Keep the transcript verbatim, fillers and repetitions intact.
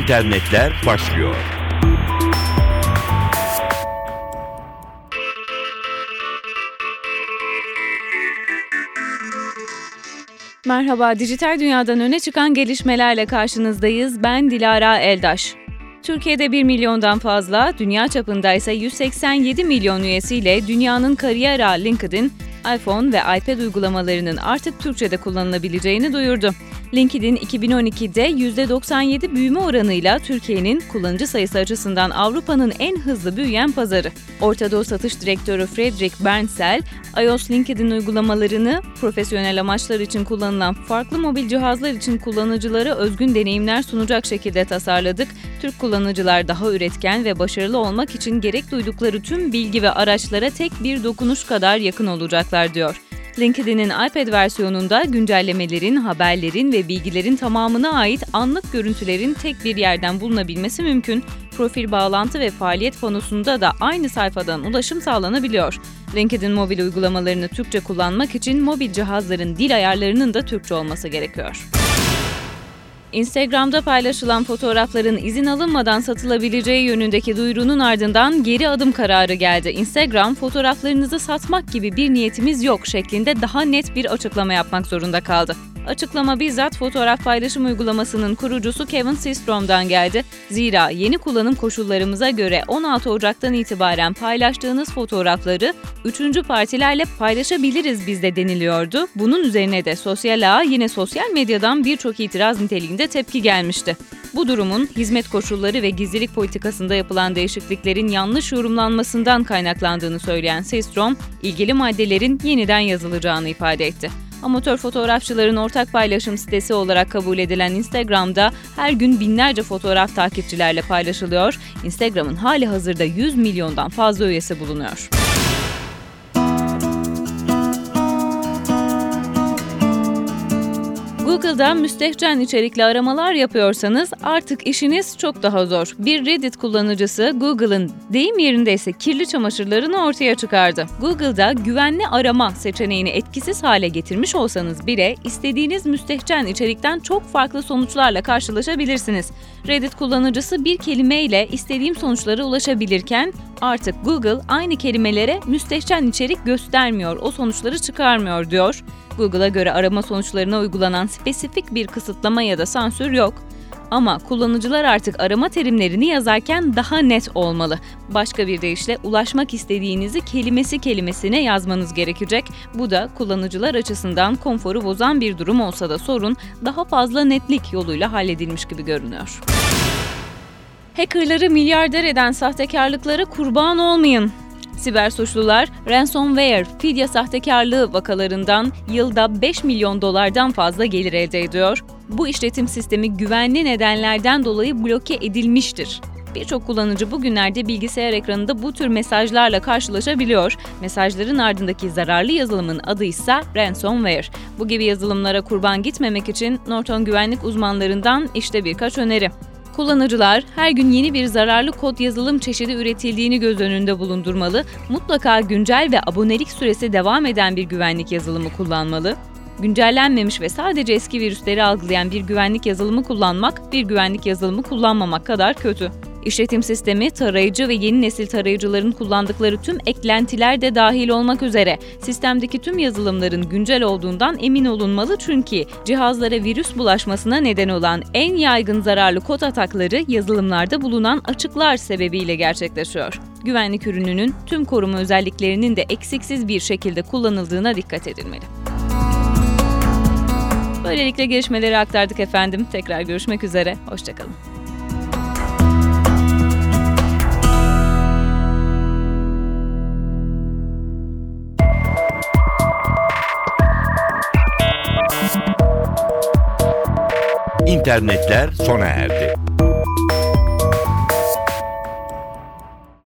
İnternetler başlıyor. Merhaba, dijital dünyadan öne çıkan gelişmelerle karşınızdayız. Ben Dilara Eldaş. Türkiye'de bir milyondan fazla, dünya çapında ise yüz seksen yedi milyon üyesiyle dünyanın kariyer ağı LinkedIn, iPhone ve iPad uygulamalarının artık Türkçe'de kullanılabileceğini duyurdu. LinkedIn iki bin on ikide yüzde doksan yedi büyüme oranıyla Türkiye'nin kullanıcı sayısı açısından Avrupa'nın en hızlı büyüyen pazarı. Orta Doğu Satış Direktörü Fredrik Bernsel, iOS LinkedIn uygulamalarını profesyonel amaçlar için kullanılan farklı mobil cihazlar için kullanıcılara özgün deneyimler sunacak şekilde tasarladık. Türk kullanıcılar daha üretken ve başarılı olmak için gerek duydukları tüm bilgi ve araçlara tek bir dokunuş kadar yakın olacaklar, diyor. LinkedIn'in iPad versiyonunda güncellemelerin, haberlerin ve bilgilerin tamamına ait anlık görüntülerin tek bir yerden bulunabilmesi mümkün. Profil bağlantı ve faaliyet panosunda da aynı sayfadan ulaşım sağlanabiliyor. LinkedIn mobil uygulamalarını Türkçe kullanmak için mobil cihazların dil ayarlarının da Türkçe olması gerekiyor. Instagram'da paylaşılan fotoğrafların izin alınmadan satılabileceği yönündeki duyurunun ardından geri adım kararı geldi. Instagram, fotoğraflarınızı satmak gibi bir niyetimiz yok şeklinde daha net bir açıklama yapmak zorunda kaldı. Açıklama bizzat fotoğraf paylaşım uygulamasının kurucusu Kevin Systrom'dan geldi. Zira yeni kullanım koşullarımıza göre on altı Ocak'tan itibaren paylaştığınız fotoğrafları üçüncü partilerle paylaşabiliriz bizde deniliyordu. Bunun üzerine de sosyal ağ yine sosyal medyadan birçok itiraz niteliğinde tepki gelmişti. Bu durumun hizmet koşulları ve gizlilik politikasında yapılan değişikliklerin yanlış yorumlanmasından kaynaklandığını söyleyen Systrom, ilgili maddelerin yeniden yazılacağını ifade etti. Amatör fotoğrafçıların ortak paylaşım sitesi olarak kabul edilen Instagram'da her gün binlerce fotoğraf takipçilerle paylaşılıyor. Instagram'ın hali hazırda yüz milyondan fazla üyesi bulunuyor. Google'da müstehcen içerikli aramalar yapıyorsanız artık işiniz çok daha zor. Bir Reddit kullanıcısı Google'ın deyim yerindeyse kirli çamaşırlarını ortaya çıkardı. Google'da güvenli arama seçeneğini etkisiz hale getirmiş olsanız bile istediğiniz müstehcen içerikten çok farklı sonuçlarla karşılaşabilirsiniz. Reddit kullanıcısı bir kelimeyle istediğim sonuçlara ulaşabilirken artık Google aynı kelimelere müstehcen içerik göstermiyor, o sonuçları çıkarmıyor, diyor. Google'a göre arama sonuçlarına uygulanan spesifik bir kısıtlama ya da sansür yok. Ama kullanıcılar artık arama terimlerini yazarken daha net olmalı. Başka bir deyişle ulaşmak istediğinizi kelimesi kelimesine yazmanız gerekecek. Bu da kullanıcılar açısından konforu bozan bir durum olsa da sorun daha fazla netlik yoluyla halledilmiş gibi görünüyor. Hackerları milyarder eden sahtekarlıklara kurban olmayın. Siber suçlular, ransomware, fidye sahtekarlığı vakalarından yılda beş milyon dolardan fazla gelir elde ediyor. Bu işletim sistemi güvenli nedenlerden dolayı bloke edilmiştir. Birçok kullanıcı bugünlerde bilgisayar ekranında bu tür mesajlarla karşılaşabiliyor. Mesajların ardındaki zararlı yazılımın adı ise ransomware. Bu gibi yazılımlara kurban gitmemek için Norton güvenlik uzmanlarından işte birkaç öneri. Kullanıcılar her gün yeni bir zararlı kod yazılım çeşidi üretildiğini göz önünde bulundurmalı, mutlaka güncel ve abonelik süresi devam eden bir güvenlik yazılımı kullanmalı. Güncellenmemiş ve sadece eski virüsleri algılayan bir güvenlik yazılımı kullanmak, bir güvenlik yazılımı kullanmamak kadar kötü. İşletim sistemi, tarayıcı ve yeni nesil tarayıcıların kullandıkları tüm eklentiler de dahil olmak üzere sistemdeki tüm yazılımların güncel olduğundan emin olunmalı, çünkü cihazlara virüs bulaşmasına neden olan en yaygın zararlı kod atakları yazılımlarda bulunan açıklar sebebiyle gerçekleşiyor. Güvenlik ürününün tüm koruma özelliklerinin de eksiksiz bir şekilde kullanıldığına dikkat edilmeli. Böylelikle gelişmeleri aktardık efendim. Tekrar görüşmek üzere. Hoşça kalın. İnternetler sona erdi.